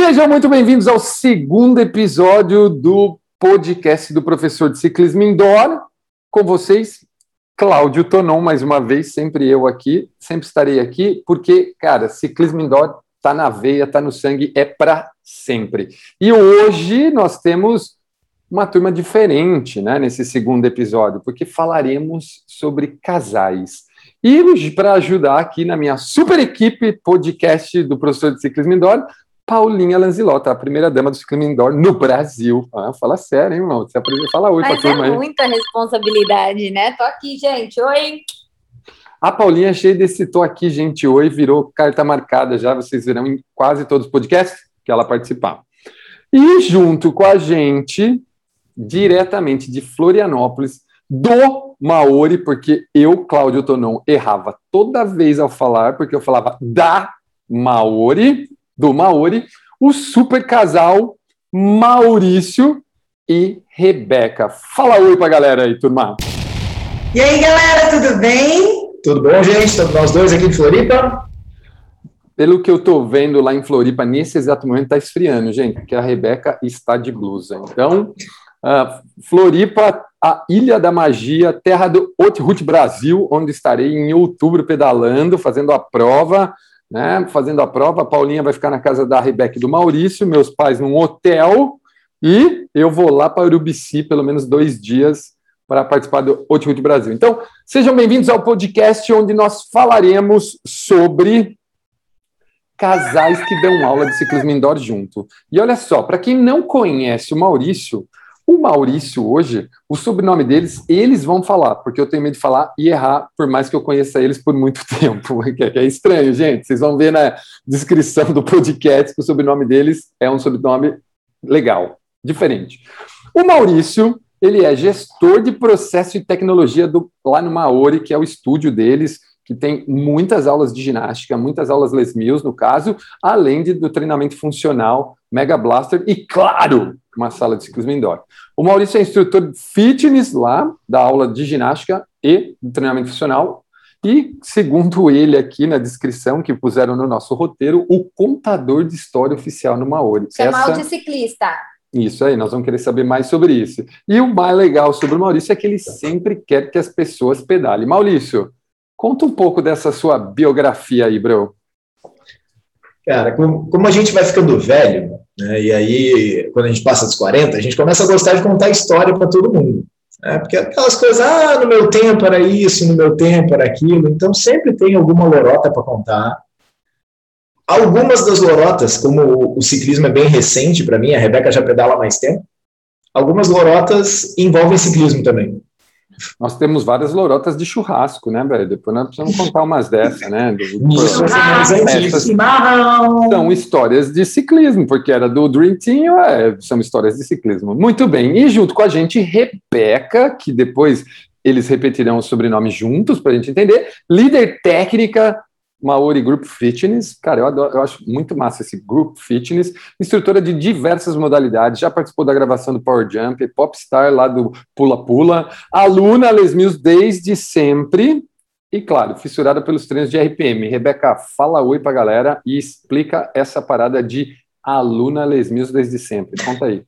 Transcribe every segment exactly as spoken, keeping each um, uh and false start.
Sejam muito bem-vindos ao segundo episódio do podcast do professor de ciclismo indoor. Com vocês, Cláudio Tonon, mais uma vez, sempre eu aqui, sempre estarei aqui, porque, cara, ciclismo indoor tá na veia, tá no sangue, é para sempre. E hoje nós temos uma turma diferente, né, nesse segundo episódio, porque falaremos sobre casais. E para ajudar aqui na minha super equipe podcast do professor de ciclismo indoor, Paulinha Lanzilota, a primeira dama do ciclismo indoor no Brasil. Ah, fala sério, hein, irmão? Você aprendeu, fala oi para a turma aí. Mas é muita responsabilidade, né? Tô aqui, gente. Oi! A Paulinha, cheia desse tô aqui, gente, oi, virou carta marcada já, vocês verão em quase todos os podcasts que ela participar. E junto com a gente, diretamente de Florianópolis, do Maori, porque eu, Cláudio Tonon, errava toda vez ao falar, porque eu falava da Maori, do Maori, o super casal Maurício e Rebeca. Fala oi pra galera aí, turma. E aí, galera, tudo bem? Tudo bom, gente? Estamos nós dois aqui de Floripa. Pelo que eu tô vendo lá em Floripa, nesse exato momento tá esfriando, gente, porque a Rebeca está de blusa. Então, uh, Floripa, a Ilha da Magia, terra do Haute-Route Brasil, onde estarei em outubro pedalando, fazendo a prova, né? Fazendo a prova. A Paulinha vai ficar na casa da Rebeca e do Maurício, meus pais num hotel, e eu vou lá para Urubici pelo menos dois dias para participar do Haute-Route Brasil. Então, sejam bem-vindos ao podcast onde nós falaremos sobre casais que dão aula de ciclismo indoor junto. E olha só, para quem não conhece o Maurício, o Maurício hoje, o sobrenome deles, eles vão falar, porque eu tenho medo de falar e errar, por mais que eu conheça eles por muito tempo, que é estranho, gente. Vocês vão ver na descrição do podcast que o sobrenome deles é um sobrenome legal, diferente. O Maurício, ele é gestor de processo e tecnologia do, lá no Maori, que é o estúdio deles, que tem muitas aulas de ginástica, muitas aulas Les Mills, no caso, além de, do treinamento funcional, Mega Blaster e, claro, uma sala de ciclismo indoor. O Maurício é instrutor de fitness lá, da aula de ginástica e do treinamento funcional, e, segundo ele aqui na descrição que puseram no nosso roteiro, o contador de história oficial no Maori. Chamar de ciclista. Isso aí, nós vamos querer saber mais sobre isso. E o mais legal sobre o Maurício é que ele sempre quer que as pessoas pedalem. Maurício, conta um pouco dessa sua biografia aí, bro. Cara, como a gente vai ficando velho, né, e aí, quando a gente passa dos quarenta, a gente começa a gostar de contar história para todo mundo. Né, porque aquelas coisas, ah, no meu tempo era isso, no meu tempo era aquilo, então sempre tem alguma lorota para contar. Algumas das lorotas, como o ciclismo é bem recente para mim, a Rebeca já pedala há mais tempo, algumas lorotas envolvem ciclismo também. Nós temos várias lorotas de churrasco, né, velho? Depois nós precisamos contar umas dessas, né? Do, Isso, essas são histórias de ciclismo, porque era do Dream Team, é, são histórias de ciclismo. Muito bem, e junto com a gente, Rebeca, que depois eles repetirão o sobrenome juntos para a gente entender, líder técnica Maori Group Fitness, cara, eu, adoro, eu acho muito massa esse Group Fitness, instrutora de diversas modalidades, já participou da gravação do Power Jump, popstar lá do Pula Pula, aluna Les Mills desde sempre, e claro, fissurada pelos treinos de R P M. Rebeca, fala oi pra galera e explica essa parada de aluna Les Mills desde sempre, conta aí.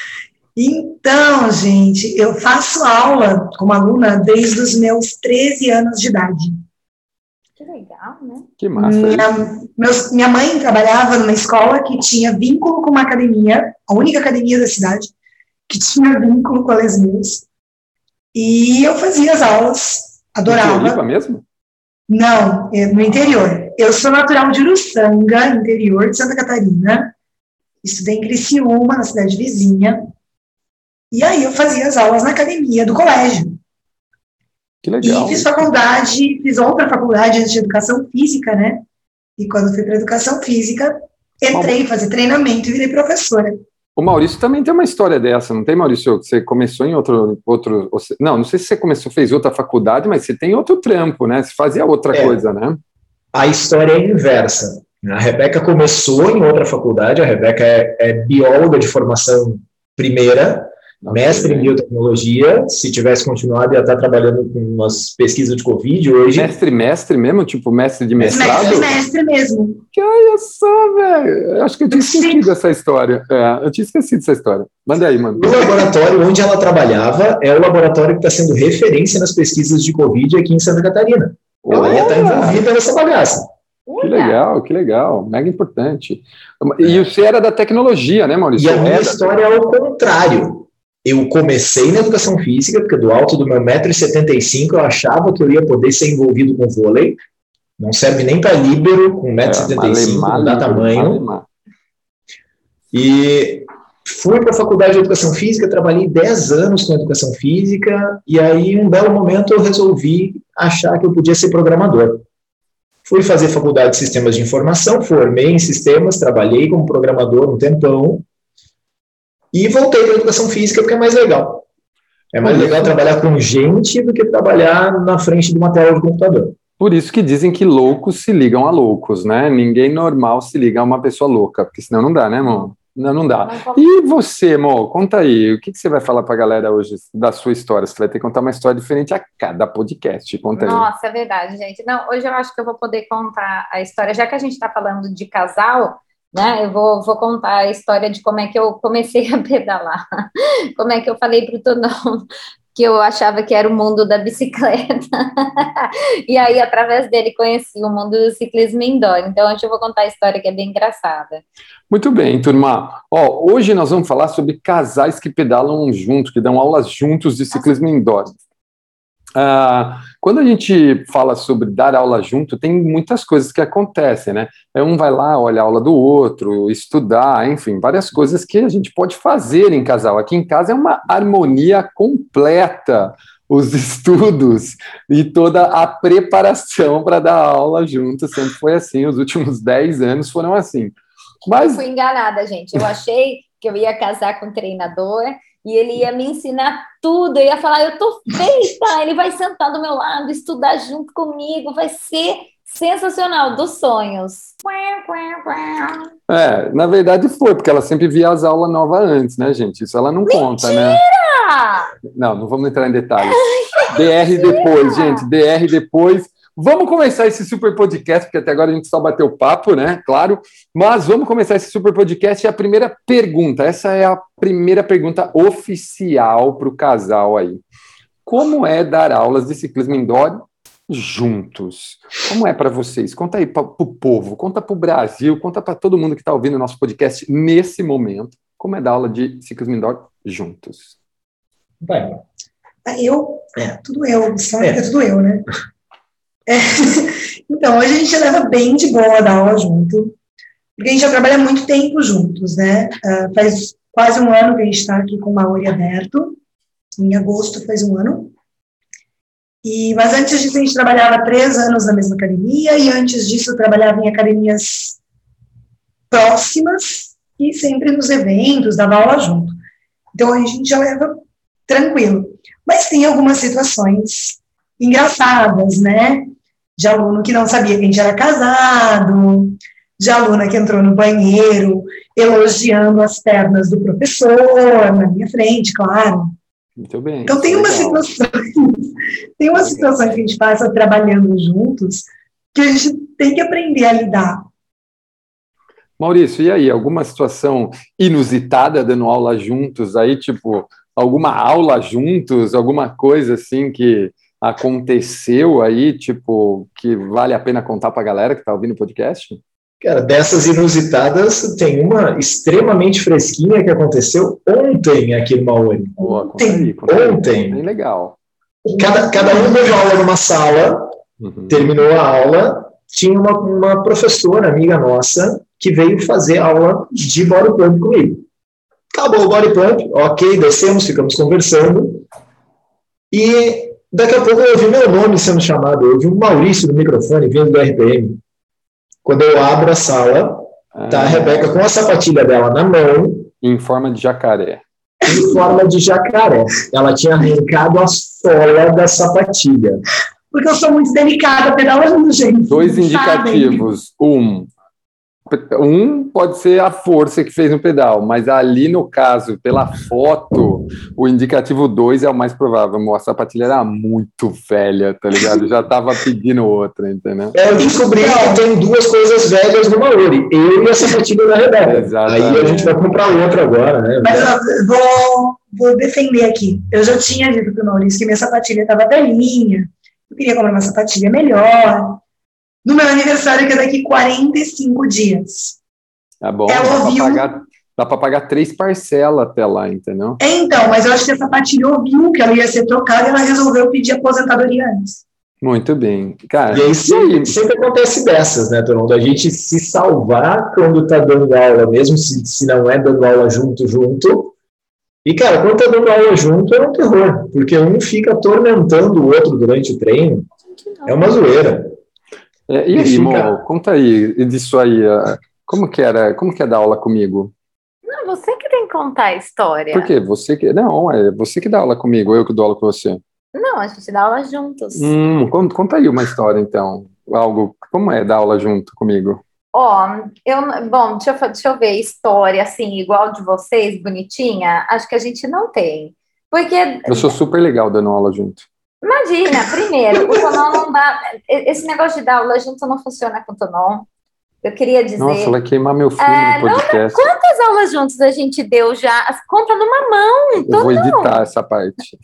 Então, gente, eu faço aula como aluna desde os meus treze anos de idade. Que legal, né? Que massa. Minha, meus, minha mãe trabalhava numa escola que tinha vínculo com uma academia, a única academia da cidade, que tinha vínculo com a Les Mills. E eu fazia as aulas, adorava. No Floripa mesmo? Não, no interior. Eu sou natural de Uruçanga, interior de Santa Catarina. Estudei em Criciúma, na cidade vizinha. E aí eu fazia as aulas na academia do colégio. Que legal. E fiz faculdade, fiz outra faculdade antes de educação física, né? E quando fui para educação física, entrei em fazer treinamento e virei professora. O Maurício também tem uma história dessa, não tem, Maurício? Você começou em outro... outro não, não sei se você começou, fez outra faculdade, mas você tem outro trampo, né? Você fazia outra é, coisa, né? A história é inversa. A Rebeca começou em outra faculdade, a Rebeca é, é bióloga de formação primeira, mestre em biotecnologia. Se tivesse continuado, ia estar trabalhando com umas pesquisas de Covid hoje. Mestre, mestre mesmo? Tipo, mestre de mestrado? Mestre, mestre mesmo. Que olha só, velho. Acho que eu tinha esquecido essa história. É, eu tinha esquecido essa história. Manda aí, mano. O laboratório onde ela trabalhava é o laboratório que está sendo referência nas pesquisas de Covid aqui em Santa Catarina. Ela ia estar envolvida nessa bagaça. Que legal, que legal. Mega importante. E você era da tecnologia, né, Maurício? E a minha era... história é ao contrário. Eu comecei na educação física, porque do alto do meu um metro e setenta e cinco eu achava que eu ia poder ser envolvido com vôlei. Não serve nem para líbero, com um metro e setenta e cinco, não dá tamanho. Malemar. E fui para a faculdade de educação física, trabalhei dez anos com educação física, e aí, em um belo momento, eu resolvi achar que eu podia ser programador. Fui fazer faculdade de sistemas de informação, formei em sistemas, trabalhei como programador um tempão, e voltei para a educação física porque é mais legal. É mais legal trabalhar com gente do que trabalhar na frente de uma tela de computador. Por isso que dizem que loucos se ligam a loucos, né? Ninguém normal se liga a uma pessoa louca, porque senão não dá, né, amor? Não, não dá. E você, amor, conta aí, o que, que você vai falar pra galera hoje da sua história? Você vai ter que contar uma história diferente a cada podcast, conta aí. Nossa, é verdade, gente. Não, hoje eu acho que eu vou poder contar a história, já que a gente está falando de casal, né, eu vou, vou contar a história de como é que eu comecei a pedalar, como é que eu falei pro Tonão que eu achava que era o mundo da bicicleta, e aí, através dele, conheci o mundo do ciclismo indoor. Então, hoje eu vou contar a história que é bem engraçada. Muito bem, turma. Ó, hoje nós vamos falar sobre casais que pedalam juntos, que dão aulas juntos de ciclismo indoor. Ah, quando a gente fala sobre dar aula junto, tem muitas coisas que acontecem, né? Um vai lá, olha a aula do outro, estudar, enfim, várias coisas que a gente pode fazer em casal. Aqui em casa é uma harmonia completa, os estudos e toda a preparação para dar aula junto, sempre foi assim, os últimos dez anos foram assim. Mas... Eu fui enganada, gente, eu achei que eu ia casar com um treinador e ele ia me ensinar tudo, eu ia falar, eu tô feita, ele vai sentar do meu lado, estudar junto comigo, vai ser sensacional, dos sonhos. É, na verdade foi, porque ela sempre via as aulas novas antes, né, gente? Isso ela não Mentira! conta, né? Não, não vamos entrar em detalhes. D R depois, gente, D R depois. Vamos começar esse super podcast, porque até agora a gente só bateu papo, né? Claro. Mas vamos começar esse super podcast. E a primeira pergunta, essa é a primeira pergunta oficial para o casal aí. Como é dar aulas de ciclismo indoor juntos? Como é para vocês? Conta aí para o povo, conta para o Brasil, conta para todo mundo que está ouvindo o nosso podcast nesse momento. Como é dar aula de ciclismo indoor juntos? Vai. Eu? É. Tudo eu, sabe? É. é tudo eu, né? É. Então, hoje a gente leva bem de boa dar aula junto, porque a gente já trabalha muito tempo juntos, né? Uh, faz quase um ano que a gente está aqui com o Mauri aberto, em agosto faz um ano. E, mas antes disso a gente trabalhava três anos na mesma academia, e antes disso eu trabalhava em academias próximas, e sempre nos eventos, dava aula junto. Então a gente já leva tranquilo. Mas tem algumas situações engraçadas, né? De aluno que não sabia que a gente era casado, de aluna que entrou no banheiro elogiando as pernas do professor, na minha frente, claro. Muito bem. Então tem umas situações, tem umas situações que a gente passa trabalhando juntos que a gente tem que aprender a lidar. Maurício, e aí, alguma situação inusitada dando aula juntos aí, tipo, alguma aula juntos, alguma coisa assim que aconteceu aí, tipo, que vale a pena contar para a galera que está ouvindo o podcast? Cara, dessas inusitadas, tem uma extremamente fresquinha que aconteceu ontem aqui no Mauri. Boa, conta aí, conta aí. Ontem. Bem legal. Cada, cada um deu aula numa sala, uhum. Terminou a aula, tinha uma, uma professora, amiga nossa, que veio fazer aula de body pump comigo. Acabou o body pump, ok, descemos, ficamos conversando, e daqui a pouco eu ouvi meu nome sendo chamado, eu ouvi um Maurício no microfone vindo do R P M. Quando eu abro a sala, tá a Rebeca com a sapatilha dela na mão. Em forma de jacaré. Em forma de jacaré. Ela tinha arrancado a sola da sapatilha. Porque eu sou muito delicada pedalando, gente. Dois indicativos. Um, Um pode ser a força que fez no pedal, mas ali no caso, pela foto, o indicativo dois é o mais provável. A sapatilha era muito velha, tá ligado? Já tava pedindo outra, entendeu? É, eu descobri que tem duas coisas velhas no Maori, eu e a sapatilha da Rebeca. Exatamente. Aí a gente vai comprar outra agora, né? Mas eu vou, vou defender aqui. Eu já tinha dito pro Maurício que minha sapatilha estava velhinha, eu queria comprar uma sapatilha melhor. No meu aniversário, que é daqui quarenta e cinco dias. Tá bom, Ela dá pra, ouviu... pagar, dá pra pagar três parcelas até lá, entendeu? É, então, mas eu acho que a sapatilha ouviu que ela ia ser trocada e ela resolveu pedir aposentadoria antes. Muito bem. Cara, e aí sempre, sempre acontece dessas, né, Toronto? A gente se salvar quando tá dando aula, mesmo se, se não é dando aula junto, junto. E, cara, quando tá dando aula junto, é um terror, porque um fica atormentando o outro durante o treino. É uma zoeira. É, e aí, Mo, conta aí disso aí. Como que era? Como que é dar aula comigo? Não, você que tem que contar a história. Por quê? Você que... Não, é você que dá aula comigo, eu que dou aula com você. Não, a gente dá aula juntos. Hum, conta, conta aí uma história, então. Algo, como é dar aula junto comigo? Ó, oh, eu, bom, deixa eu, deixa eu ver, história, assim, igual de vocês, bonitinha, acho que a gente não tem. Porque... Eu sou super legal dando aula junto. Imagina, primeiro, o Tonon não dá... Esse negócio de dar aula junto não funciona com o Tonon. Eu queria dizer... Nossa, vai queimar meu filme é, no podcast. Não, quantas aulas juntos a gente deu já? Conta numa mão. Eu vou editar essa parte.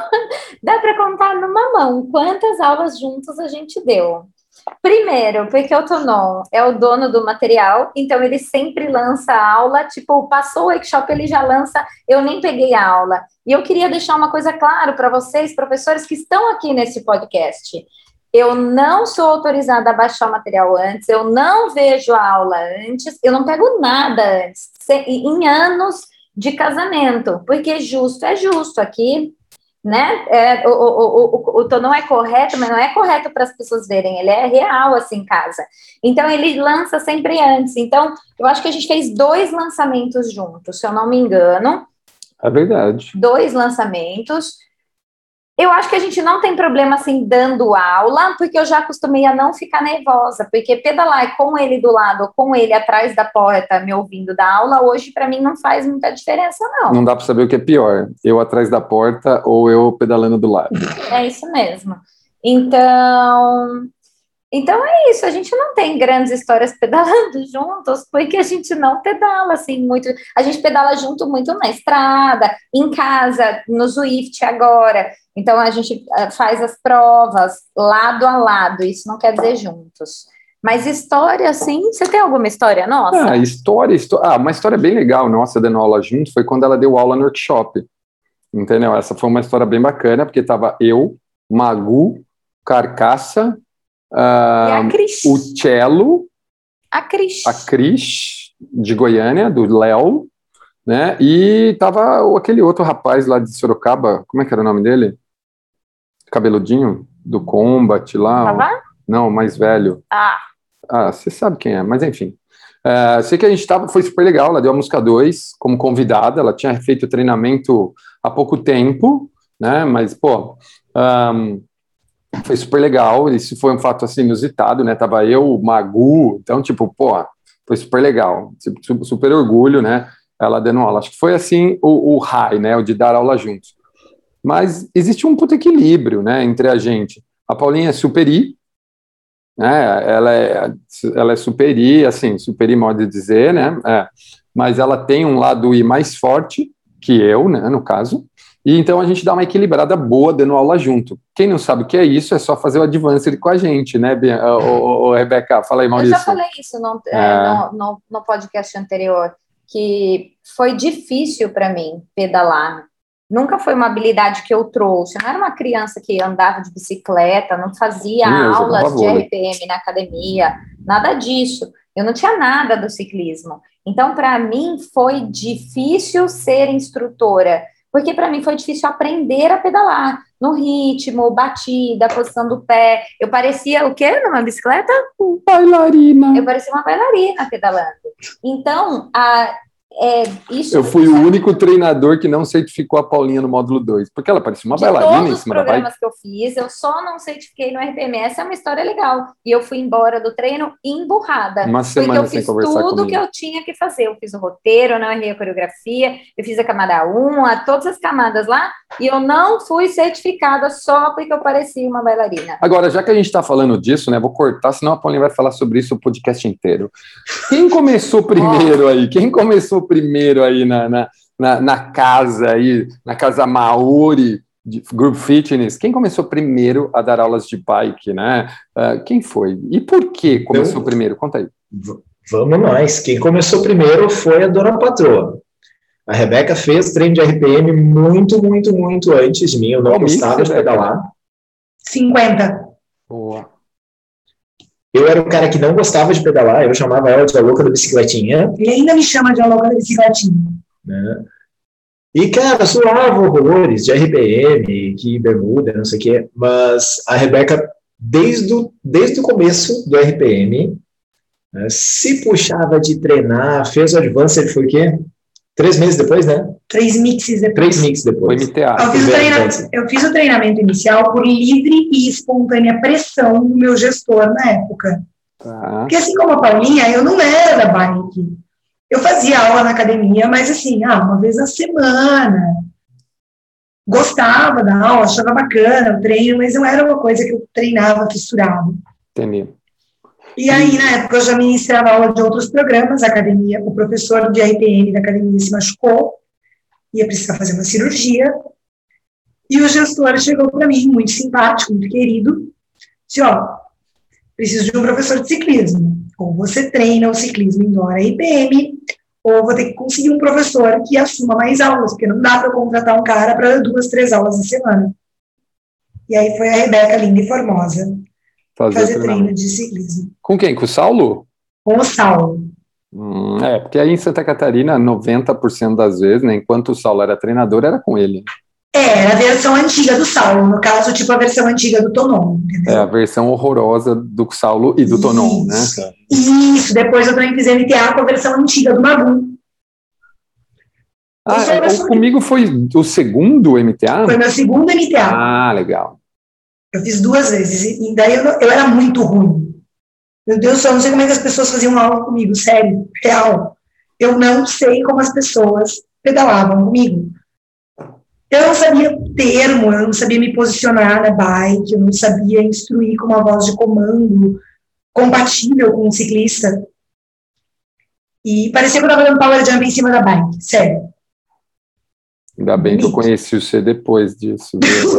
Dá para contar numa mão quantas aulas juntos a gente deu. Primeiro, porque o Tonon é o dono do material, então ele sempre lança aula, tipo, passou o workshop, ele já lança, eu nem peguei a aula. E eu queria deixar uma coisa clara para vocês, professores que estão aqui nesse podcast. Eu não sou autorizada a baixar o material antes, eu não vejo a aula antes, eu não pego nada antes, em anos de casamento, porque justo é justo aqui, né? É, o, o, o, o Tonon é correto, mas não é correto para as pessoas verem, ele é real assim em casa. Então ele lança sempre antes. Então eu acho que a gente fez dois lançamentos juntos, se eu não me engano. É verdade. Dois lançamentos. Eu acho que a gente não tem problema, assim, dando aula, porque eu já acostumei a não ficar nervosa, porque pedalar com ele do lado, com ele atrás da porta, me ouvindo da aula, hoje, para mim, não faz muita diferença, não. Não dá para saber o que é pior, eu atrás da porta ou eu pedalando do lado. É isso mesmo. Então... Então é isso, a gente não tem grandes histórias pedalando juntos, porque a gente não pedala, assim, muito... A gente pedala junto muito na estrada, em casa, no Zwift agora... Então, a gente faz as provas lado a lado, isso não quer dizer juntos. Mas história, sim, você tem alguma história nossa? Ah, história, história... Ah, uma história bem legal nossa dando aula junto foi quando ela deu aula no workshop, entendeu? Essa foi uma história bem bacana, porque tava eu, Magu, Carcaça, uh, e a Cris. o Cello, a Cris. a Cris, de Goiânia, do Léo, né? E tava aquele outro rapaz lá de Sorocaba, como é que era o nome dele? Cabeludinho, do Combat lá. Tava? Não, mais velho. Ah. Ah, você sabe quem é, mas enfim. Uh, sei que a gente tava, foi super legal, ela deu a música dois como convidada, ela tinha feito treinamento há pouco tempo, né? Mas, pô, um, foi super legal, isso foi um fato assim inusitado, né? Tava eu, o Magu, então, tipo, pô, foi super legal, super, super orgulho, né? Ela dando aula. Acho que foi assim o, o high, né? O de dar aula juntos. Mas existe um puto equilíbrio, né? Entre a gente. A Paulinha é superi, né? Ela é, ela é superi, assim, superi modo de dizer, né? É. Mas ela tem um lado I mais forte que eu, né? No caso. E então a gente dá uma equilibrada boa dando aula junto. Quem não sabe o que é isso, é só fazer o Advanced com a gente, né, o, o, o Rebeca? Fala aí, Maurício. Eu já falei isso no, é. no, no, no podcast anterior, que foi difícil para mim pedalar. Nunca foi uma habilidade que eu trouxe. Eu não era uma criança que andava de bicicleta, não fazia Sim, aulas de R P M na academia, nada disso. Eu não tinha nada do ciclismo. Então, para mim, foi difícil ser instrutora, porque para mim foi difícil aprender a pedalar, no ritmo, batida, posição do pé. Eu parecia o quê numa bicicleta? Bailarina. Eu parecia uma bailarina pedalando. Então, a... É, isso, eu fui o único treinador que não certificou a Paulinha no módulo dois, porque ela parecia uma de bailarina em cima da bike. todos os programas que eu fiz, eu só não certifiquei no R P M. Essa é uma história legal. E eu fui embora do treino emburrada. Uma semana porque eu sem fiz conversar tudo comigo. que eu tinha que fazer. Eu fiz o roteiro, eu não errei a coreografia, eu fiz a camada um, a todas as camadas lá, e eu não fui certificada só porque eu parecia uma bailarina. Agora, já que a gente está falando disso, né, vou cortar, senão a Paulinha vai falar sobre isso o podcast inteiro. Quem começou primeiro aí? Quem começou primeiro aí na, na, na, na casa aí, na casa Maori de Group Fitness? Quem começou primeiro a dar aulas de bike, né? Uh, quem foi? E por que começou Eu, primeiro? Conta aí. Vamos nós. Quem começou primeiro foi a dona patroa. A Rebeca fez treino de R P M muito, muito, muito antes de mim. Eu não Qual gostava mix, de Rebeca? pedalar. cinquenta. Boa. Eu era o cara que não gostava de pedalar, eu chamava ela de a louca da bicicletinha. Ele ainda me chama de a louca da bicicletinha. Né? E, cara, suava horrores de R P M, que bermuda, não sei o quê. Mas a Rebeca, desde o, desde o começo do R P M, né, se puxava de treinar, fez o Advanced, foi o quê? Três meses depois, né? Três mixes depois. Três mixes depois. O M T A. Eu fiz, o treina... eu fiz o treinamento inicial por livre e espontânea pressão do meu gestor na época. Tá. Porque assim como a Paulinha, eu não era da bike. Eu fazia aula na academia, mas assim, ah, uma vez na semana. Gostava da aula, achava bacana o treino, mas não era uma coisa que eu treinava fissurado. Entendi. E aí, na época, eu já ministrava aula de outros programas, a academia, o professor de R P M da academia se machucou, ia precisar fazer uma cirurgia, e o gestor chegou para mim, muito simpático, muito querido, disse, ó, preciso de um professor de ciclismo, ou você treina o ciclismo indoor R P M, ou vou ter que conseguir um professor que assuma mais aulas, porque não dá para contratar um cara para duas, três aulas na semana. E aí foi a Rebeca, linda e formosa, fazer, fazer treino de ciclismo. Com quem? Com o Saulo? Com o Saulo. Hum, é, porque aí em Santa Catarina, noventa por cento das vezes, né, enquanto o Saulo era treinador, era com ele. É, era a versão antiga do Saulo, no caso, tipo a versão antiga do Tonon. Entendeu? É, a versão horrorosa do Saulo e do Tonon, né? Isso, depois eu também fiz M T A com a versão antiga do Magu. Ah, é, comigo foi o segundo M T A? Foi meu segundo M T A. Ah, legal. Eu fiz duas vezes, e daí eu, eu era muito ruim. Meu Deus do céu, eu não sei como é que as pessoas faziam aula comigo, sério, real. Eu não sei como as pessoas pedalavam comigo. Eu não sabia termo, eu não sabia me posicionar na bike, eu não sabia instruir com uma voz de comando compatível com um ciclista. E parecia que eu estava dando power jump em cima da bike, sério. Ainda bem que eu conheci você depois disso.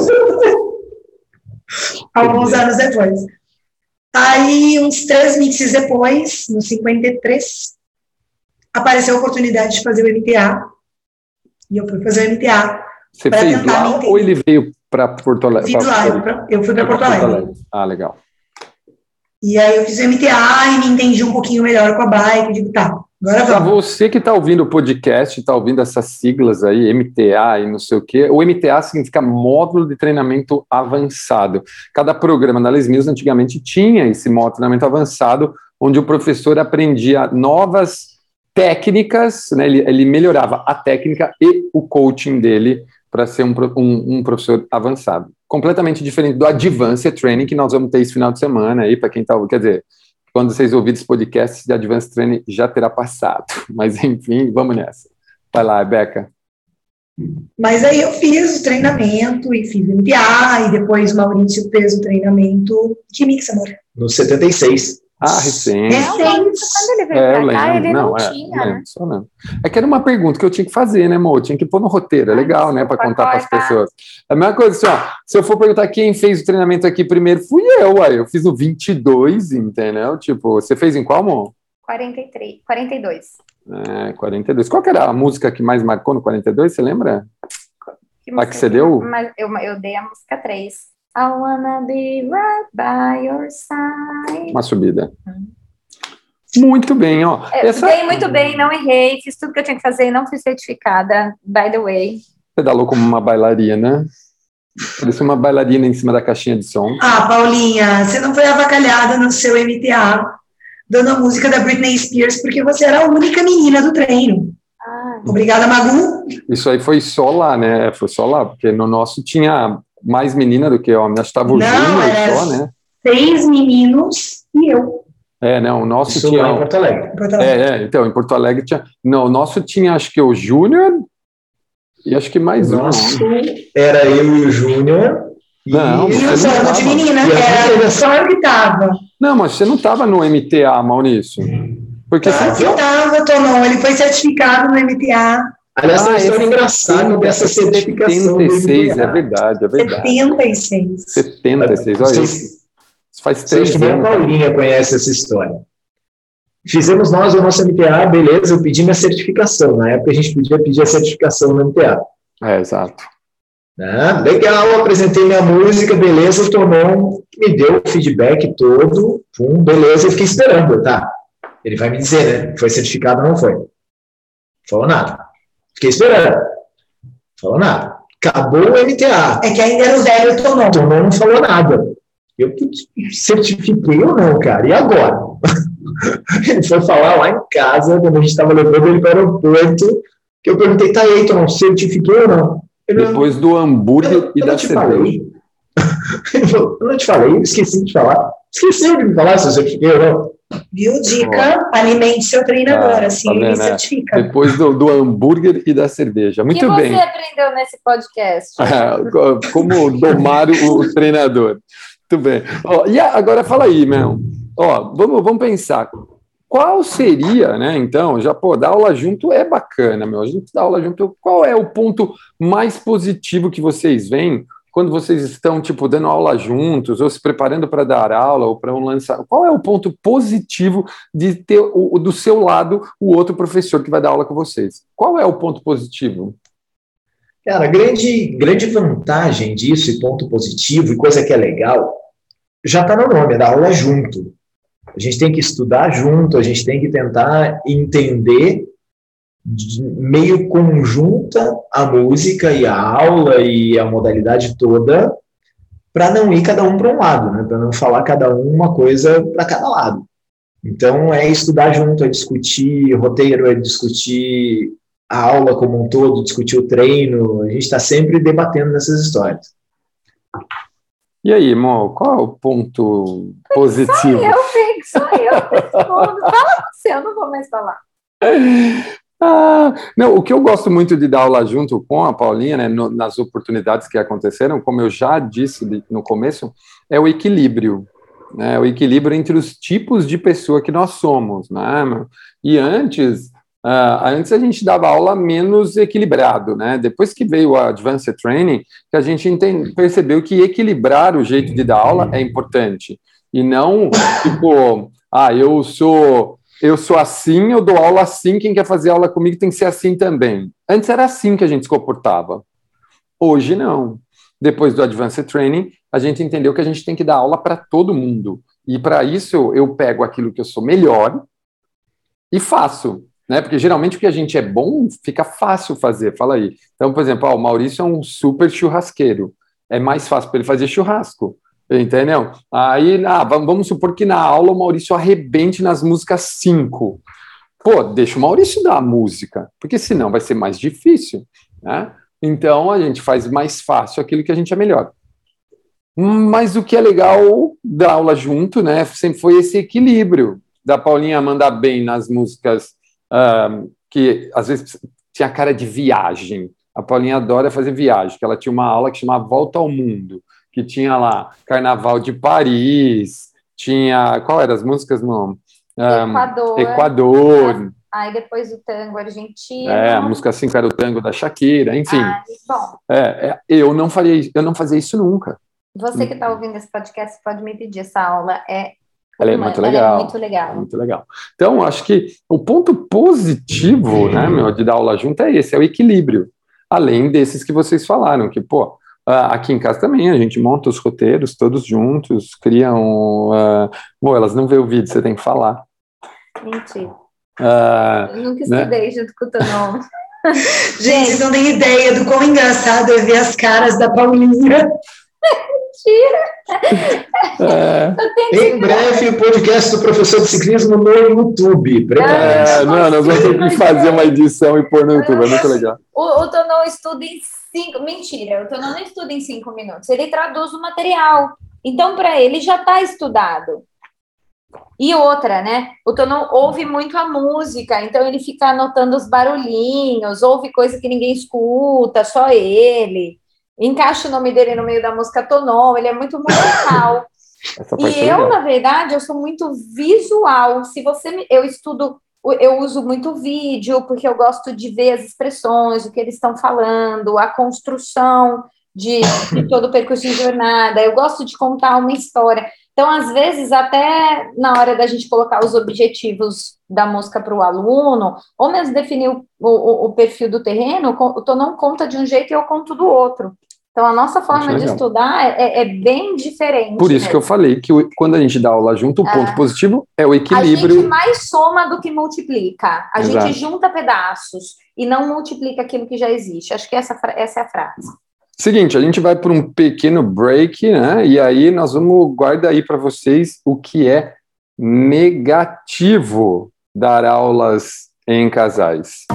Alguns anos depois. Aí, uns três mixes depois, no cinquenta e três, apareceu a oportunidade de fazer o M T A. E eu fui fazer o M T A. Você fez lá ou ele veio para Porto Alegre? Fiz lá, eu, pra, eu fui para Porto, Porto Alegre. Ah, legal. E aí eu fiz o M T A e me entendi um pouquinho melhor com a bike. Digo, tá, agora vamos. Para você que está ouvindo o podcast, está ouvindo essas siglas aí, M T A e não sei o quê, o M T A significa Módulo de Treinamento Avançado. Cada programa da Les Mills antigamente tinha esse módulo de treinamento avançado, onde o professor aprendia novas técnicas, né, ele, ele melhorava a técnica e o coaching dele para ser um, um, um professor avançado. Completamente diferente do Advanced Training, que nós vamos ter esse final de semana aí, para quem está ouvindo, quer dizer, quando vocês ouvirem esse podcast, de Advanced Training já terá passado. Mas, enfim, vamos nessa. Vai lá, Rebeca. Mas aí eu fiz o treinamento e fiz o M T A, e depois o Maurício fez o treinamento. Que mix, amor? No setenta e seis. Ah, recente. É, quando ele veio é, pra cá, lembro. ele não, não é, tinha, lembro, né? Só não. É que era uma pergunta que eu tinha que fazer, né, amor? Eu tinha que pôr no roteiro, é legal, né, para contar para as pessoas. A mesma coisa assim, ó, se eu for perguntar quem fez o treinamento aqui primeiro, fui eu, uai, eu fiz o vinte e dois, entendeu? Tipo, você fez em qual, amor? quarenta e três, quarenta e dois. É, quarenta e dois. Qual que era a música que mais marcou no quarenta e dois, você lembra? Que a que você deu? Mas eu, eu dei a música três. I wanna be right by your side. Uma subida. Hum. Muito bem, ó. Eu Essa... Dei muito bem, não errei, fiz tudo que eu tinha que fazer, não fui certificada, by the way. Pedalou como uma bailarina. Parecia uma bailarina em cima da caixinha de som. Ah, Paulinha, você não foi avacalhada no seu M T A, dando a música da Britney Spears, porque você era a única menina do treino. Ah, Obrigada, Magu. Isso aí foi só lá, né? Foi só lá, porque no nosso tinha mais menina do que homem. Acho que estava o Não, Júnior era só, né? seis meninos e eu. É, não, o nosso Isso tinha... lá em Porto Alegre. Porto Alegre. É, é, então, em Porto Alegre tinha... Não, o nosso tinha, acho que o Júnior e acho que mais um. Nosso era eu e o Júnior. Não, E você o não Sandro de tava. menina, E a era só eu que tava. Não, mas você não estava no M T A, Maurício. Porque Claro você... que tava, Tonon. Ele foi certificado no M T A. Aliás, tem Ah, uma história é engraçada dessa certificação do setenta e seis, M B A. é verdade, é verdade. setenta e seis. setenta e seis, olha Vocês- isso. Faz Acho três que nem a anos. Paulinha conhece essa história. Fizemos nós o nosso M T A, beleza, eu pedi minha certificação. Na época a gente podia pedir a certificação no M T A. É, exato. Ah, legal, apresentei minha música, beleza, o Tonon me deu o feedback todo, pum, beleza, eu fiquei esperando, tá? Ele vai me dizer, né? Foi certificado ou não foi? Falou nada. Fiquei esperando. Falou nada. Acabou o M T A. É que ainda era o velho Tonon. O Tonon não falou nada. Eu certifiquei ou não, cara? E agora? Ele foi falar lá em casa, quando a gente estava levando ele para o aeroporto, que eu perguntei, tá aí, Tonon, certifiquei ou não? Ele, Depois do hambúrguer eu, e eu da não te cerveja. falei. Ele falou, eu não te falei, esqueci de falar. Esqueci de me falar se eu certifiquei ou não. Viu? Dica, alimente seu treinador, Ah, assim tá ele vendo, né? certifica. Depois do, do hambúrguer e da cerveja. o Muito que bem. você aprendeu nesse podcast? Como domar o, o treinador. Muito bem. Ó, e agora fala aí, meu. Ó, vamos, vamos pensar. Qual seria, né? Então, já pô, dar aula junto é bacana, meu. A gente dá aula junto. Qual é o ponto mais positivo que vocês veem quando vocês estão, tipo, dando aula juntos, ou se preparando para dar aula, ou para um lançamento? Qual é o ponto positivo de ter o, do seu lado o outro professor que vai dar aula com vocês? Qual é o ponto positivo? Cara, a grande, grande vantagem disso, e ponto positivo, e coisa que é legal, já está no nome, é dar aula junto. A gente tem que estudar junto, a gente tem que tentar entender meio conjunta a música e a aula e a modalidade toda, para não ir cada um para um lado, né? Para não falar cada um uma coisa para cada lado. Então, é estudar junto, é discutir roteiro, é discutir a aula como um todo, discutir o treino, a gente está sempre debatendo nessas histórias. E aí, Mo, qual é o ponto positivo? Só eu, Fink, só eu respondo. Fala você, eu não vou mais falar. Ah, não, o que eu gosto muito de dar aula junto com a Paulinha, né, no, nas oportunidades que aconteceram, como eu já disse de, no começo, é o equilíbrio, né, o equilíbrio entre os tipos de pessoa que nós somos, né, e antes, uh, antes a gente dava aula menos equilibrado, né, depois que veio o Advanced Training, que a gente entende, percebeu que equilibrar o jeito de dar aula é importante, e não, tipo, ah, eu sou... eu sou assim, eu dou aula assim, quem quer fazer aula comigo tem que ser assim também. Antes era assim que a gente se comportava. Hoje não. Depois do Advanced Training, a gente entendeu que a gente tem que dar aula para todo mundo. E para isso eu pego aquilo que eu sou melhor e faço. Né? Porque geralmente o que a gente é bom, fica fácil fazer. Fala aí. Então, por exemplo, ó, o Maurício é um super churrasqueiro. É mais fácil para ele fazer churrasco. Entendeu? Aí, ah, vamos supor que na aula o Maurício arrebente nas músicas cinco. Pô, deixa o Maurício dar a música, porque senão vai ser mais difícil, né? Então, a gente faz mais fácil aquilo que a gente é melhor. Mas o que é legal da aula junto, né, sempre foi esse equilíbrio da Paulinha mandar bem nas músicas uh, que, às vezes, tinha cara de viagem. A Paulinha adora fazer viagem, que ela tinha uma aula que chamava Volta ao Mundo, que tinha lá Carnaval de Paris, tinha... Qual eram as músicas? Não? Um, Equador. Equador. Aí depois o tango argentino. É, a música cinco era o tango da Shakira, enfim. Ah, bom. É, é, eu, não faria, eu não fazia isso nunca. Você que está ouvindo esse podcast pode me pedir essa aula. É Ela é uma, muito legal. Ela é muito legal. Muito legal. Então, acho que o ponto positivo, né, meu, de dar aula junto é esse, é o equilíbrio. Além desses que vocês falaram, que, pô, aqui em casa também, a gente monta os roteiros todos juntos, criam... Uh, bom, elas não vê o vídeo, você tem que falar. Mentira. Uh, eu nunca estudei né? junto com o Tonon. Gente, vocês não têm ideia do quão engraçado é ver as caras da Paulinha. Mentira! É. Em breve, o podcast do professor de ciclismo no YouTube. É, não, nós vamos ter que fazer uma edição e pôr no YouTube, é muito legal. O, o Tonon estuda em cinco... Mentira, o Tonon não estuda em cinco minutos, ele traduz o material. Então, para ele, já está estudado. E outra, né? O Tonon ouve muito a música, então ele fica anotando os barulhinhos, ouve coisa que ninguém escuta, só ele. Encaixa o nome dele no meio da música Tonon, ele é muito musical. E eu, na verdade, eu sou muito visual. Se você me... Eu estudo, eu uso muito vídeo, porque eu gosto de ver as expressões, o que eles estão falando, a construção de, de todo o percurso de jornada. Eu gosto de contar uma história. Então, às vezes, até na hora da gente colocar os objetivos da música para o aluno, ou mesmo definir o, o, o perfil do terreno, o Tonon conta de um jeito e eu conto do outro. Então, a nossa forma de estudar é, é bem diferente. Por isso mesmo. Que eu falei que o, quando a gente dá aula junto, o ponto é. positivo é o equilíbrio. A gente mais soma do que multiplica. A Exato. gente junta pedaços e não multiplica aquilo que já existe. Acho que essa, essa é a frase. Seguinte, a gente vai para um pequeno break, né? E aí nós vamos guardar aí para vocês o que é negativo dar aulas em casais.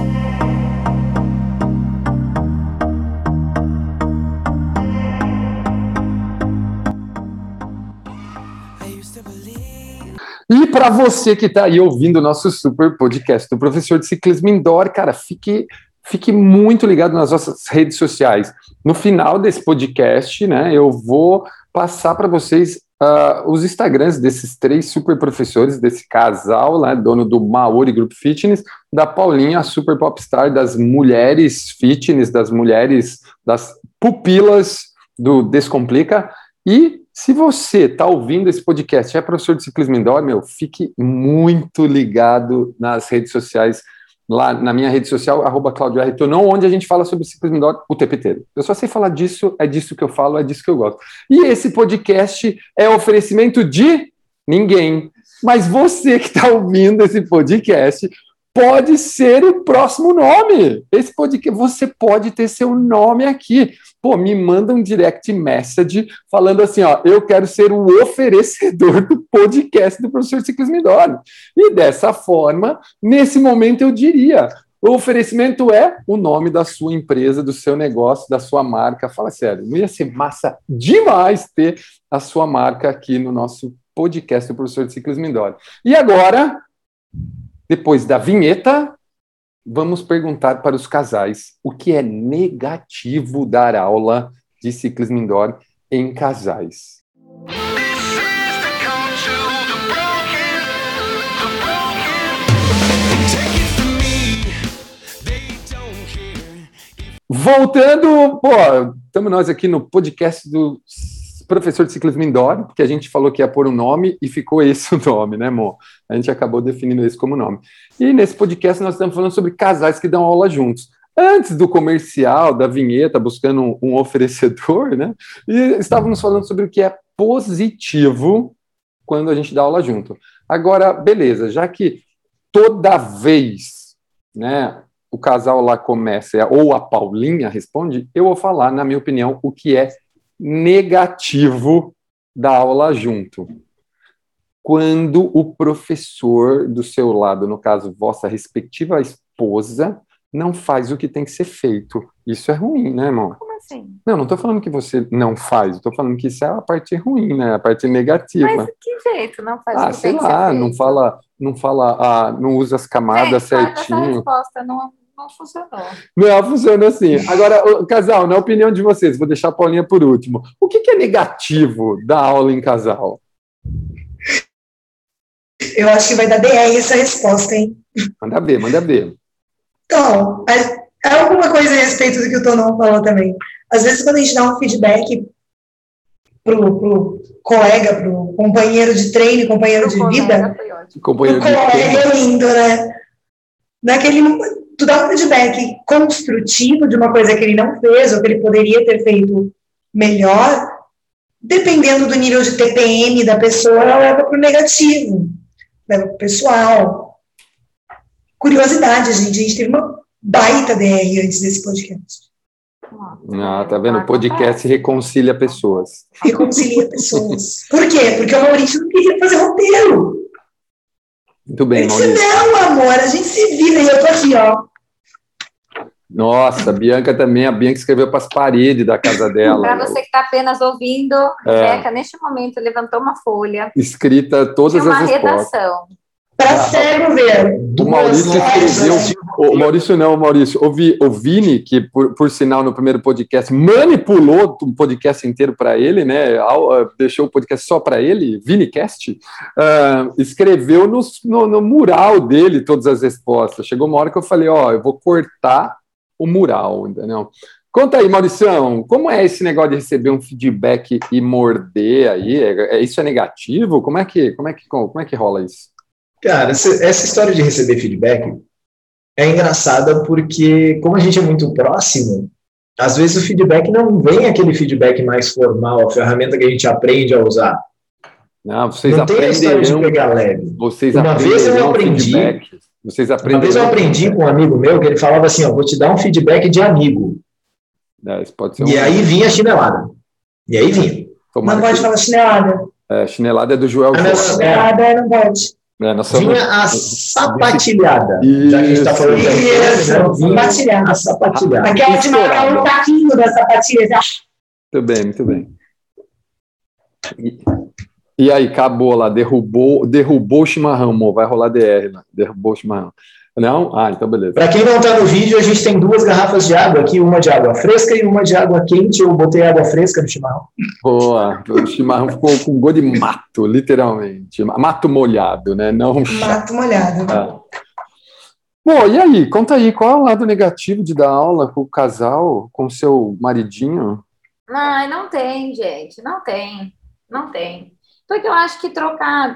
E para você que está aí ouvindo o nosso super podcast do Professor de Ciclismo Indoor, cara, fique, fique muito ligado nas nossas redes sociais. No final desse podcast, né, eu vou passar para vocês uh, os Instagrams desses três super professores, desse casal, né, dono do Maori Group Fitness, da Paulinha, a super popstar das mulheres fitness, das mulheres, das pupilas do Descomplica. E se você está ouvindo esse podcast, é professor de ciclismo indoor, meu, fique muito ligado nas redes sociais, lá na minha rede social, arroba Claudio R. Tonon, onde a gente fala sobre ciclismo indoor o tempo inteiro. Eu só sei falar disso, é disso que eu falo, é disso que eu gosto. E esse podcast é oferecimento de ninguém, mas você que está ouvindo esse podcast pode ser o próximo nome. Esse podcast, você pode ter seu nome aqui. Pô, me manda um direct message falando assim, ó, eu quero ser o oferecedor do podcast do Professor de Ciclismo Indoor. E dessa forma, nesse momento eu diria, o oferecimento é o nome da sua empresa, do seu negócio, da sua marca. Fala sério, não ia ser massa demais ter a sua marca aqui no nosso podcast do Professor de Ciclismo Indoor. E agora, depois da vinheta, vamos perguntar para os casais o que é negativo dar aula de ciclismo indoor em casais. Voltando, pô, estamos nós aqui no podcast do Professor de Ciclismo Indoor, porque a gente falou que ia pôr um nome e ficou esse o nome, né, amor? A gente acabou definindo esse como nome. E nesse podcast nós estamos falando sobre casais que dão aula juntos. Antes do comercial, da vinheta, buscando um, um oferecedor, né? E estávamos falando sobre o que é positivo quando a gente dá aula junto. Agora, beleza, já que toda vez, né, o casal lá começa, ou a Paulinha responde, eu vou falar, na minha opinião, o que é negativo da aula junto. Quando o professor do seu lado, no caso, vossa respectiva esposa, não faz o que tem que ser feito. Isso é ruim, né, irmão? Como assim? Não, não estou falando que você não faz, estou falando que isso é a parte ruim, né? A parte negativa. Mas de que jeito não faz ah, o que sei tem lá, que ser feito? não fala, não fala, ah, não usa as camadas é, certinho. Essa resposta não... Não funcionou. Não, funciona assim. Agora, o casal, na opinião de vocês, vou deixar a Paulinha por último. O que, que é negativo da aula em casal? Eu acho que vai dar D R essa resposta, hein? Manda ver, manda ver. Então, é, é alguma coisa a respeito do que o Tonon falou também. Às vezes, quando a gente dá um feedback pro, pro colega, pro companheiro de treino, companheiro pro de vida, companheiro o colega é lindo, né? Daquele... Tu dá um feedback construtivo de uma coisa que ele não fez ou que ele poderia ter feito melhor, dependendo do nível de T P M da pessoa, ela leva para o negativo, leva para o pessoal. Curiosidade, gente, a gente teve uma baita D R antes desse podcast. Ah, tá vendo? O podcast reconcilia pessoas. Reconcilia pessoas. Por quê? Porque o Maurício não queria fazer roteiro. Muito bem, Ele disse, Maurício. não, amor, a gente se vira. E eu tô aqui, ó. Nossa, a Bianca também. A Bianca escreveu para as paredes da casa dela. Para você que está apenas ouvindo, É. Rebeca, neste momento, levantou uma folha. Escrita todas Tinha uma as respostas. redação. Para cego ver. O Maurício escreveu. O Maurício não, o Maurício. O, Vi, o Vini, que por, por sinal no primeiro podcast manipulou o podcast inteiro para ele, né? Deixou o podcast só para ele, ViniCast, uh, escreveu no, no, no mural dele todas as respostas. Chegou uma hora que eu falei: ó, eu vou cortar o mural, entendeu? Conta aí, Mauricião, como é esse negócio de receber um feedback e morder aí? É, é, isso é negativo? Como é que, como é que, como é que rola isso? Cara, essa, essa história de receber feedback é engraçada porque, como a gente é muito próximo, às vezes o feedback não vem aquele feedback mais formal, a ferramenta que a gente aprende a usar. Não, vocês não tem a história de pegar leve. Vocês Uma vez eu aprendi, feedback. Vocês uma vez eu aprendi com um amigo meu que ele falava assim, ó, vou te dar um feedback de amigo. É, isso pode ser um... E aí vinha a chinelada. E aí vinha. Tomara não pode que... falar chinelada. É, chinelada é do Joel. A chinelada é. não pode. É, nós somos... Vinha a sapatilhada. Isso, já que a gente está falando isso, de sapatilhada. A sapatilhada. Aquela de marcar um taquinho da sapatilha. Já. Muito bem, muito bem. E, e aí, acabou lá, derrubou, derrubou o chimarrão, amor. Vai rolar D R lá, derrubou o chimarrão. Não? Ah, então beleza. Para quem não está no vídeo, a gente tem duas garrafas de água aqui, uma de água fresca e uma de água quente. Eu botei água fresca no chimarrão. Boa, o chimarrão ficou com gosto de mato, literalmente. Mato molhado, né? Não um chá. Mato molhado. Ah. Bom, e aí? Conta aí, qual é o lado negativo de dar aula com o casal, com o seu maridinho? Ai, não tem, gente, não tem, não tem. Porque eu acho que trocar...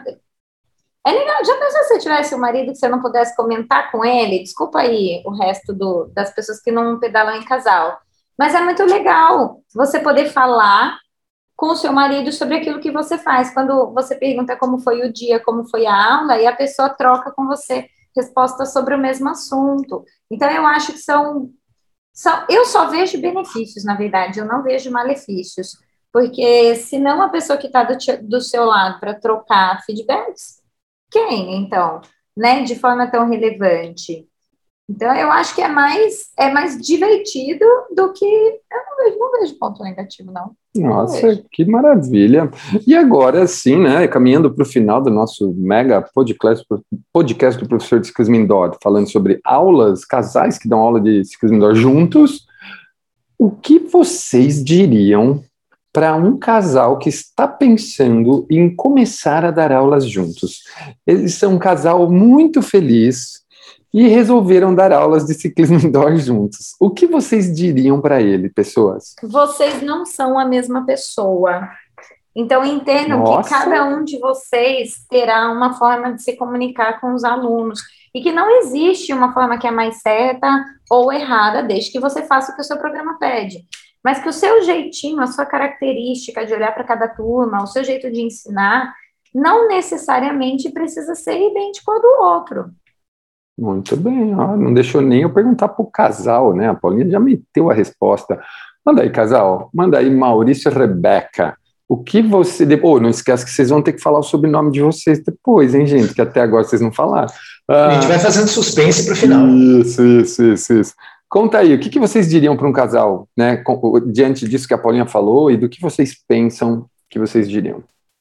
É legal, já pensou se você tivesse um marido que você não pudesse comentar com ele? Desculpa aí o resto do, das pessoas que não pedalam em casal. Mas é muito legal você poder falar com o seu marido sobre aquilo que você faz. Quando você pergunta como foi o dia, como foi a aula, e a pessoa troca com você respostas sobre o mesmo assunto. Então, eu acho que são... são eu só vejo benefícios, na verdade, eu não vejo malefícios. Porque senão a pessoa que está do, do seu lado para trocar feedbacks, quem, então, né, de forma tão relevante? Então, eu acho que é mais, é mais divertido do que... Eu não vejo, não vejo ponto negativo, não. Nossa, que maravilha. E agora, sim, né, caminhando para o final do nosso mega podcast, podcast do professor de ciclismo indoor, falando sobre aulas, casais que dão aula de ciclismo indoor juntos, o que vocês diriam para um casal que está pensando em começar a dar aulas juntos? Eles são um casal muito feliz e resolveram dar aulas de ciclismo indoor juntos. O que vocês diriam para ele, pessoas? Vocês não são a mesma pessoa. Então, entendam Nossa. que cada um de vocês terá uma forma de se comunicar com os alunos. E que não existe uma forma que é mais certa ou errada, desde que você faça o que o seu programa pede. Mas que o seu jeitinho, a sua característica de olhar para cada turma, o seu jeito de ensinar, não necessariamente precisa ser idêntico ao do outro. Muito bem, ó, não deixou nem eu perguntar para o casal, né? A Paulinha já meteu a resposta. Manda aí, casal, manda aí, Maurício e Rebeca. O que você... Oh, não esquece que vocês vão ter que falar o sobrenome de vocês depois, hein, gente? Que até agora vocês não falaram. Ah, a gente vai fazendo suspense para o final. Isso, isso, isso, isso. Conta aí, o que, que vocês diriam para um casal, né, com, diante disso que a Paulinha falou, e do que vocês pensam que vocês diriam?